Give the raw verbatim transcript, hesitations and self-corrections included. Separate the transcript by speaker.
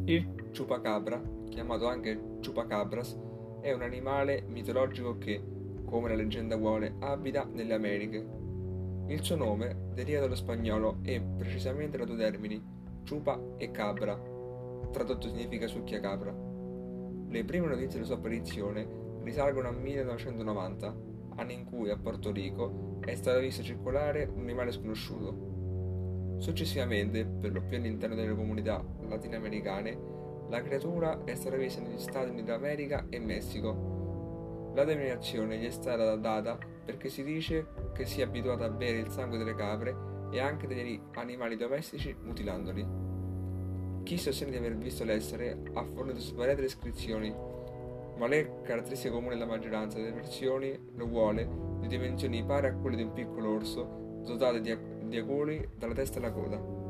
Speaker 1: Il chupacabra, chiamato anche chupacabras, è un animale mitologico che, come la leggenda vuole, abita nelle Americhe. Il suo nome deriva dallo spagnolo e precisamente da due termini, chupa e cabra, tradotto significa succhia capra. Le prime notizie della sua apparizione risalgono al millenovecentonovanta, anno in cui a Porto Rico è stato visto circolare un animale sconosciuto. Successivamente, per lo più all'interno delle comunità latinoamericane, la creatura è stata vista negli Stati Uniti d'America e Messico. La denominazione gli è stata data perché si dice che sia abituata a bere il sangue delle capre e anche degli animali domestici mutilandoli. Chi sostiene di aver visto l'essere ha fornito svariate descrizioni, ma le caratteristiche comuni alla maggioranza delle versioni lo vuole di dimensioni pari a quelle di un piccolo orso dotato di, di aculi dalla testa alla coda.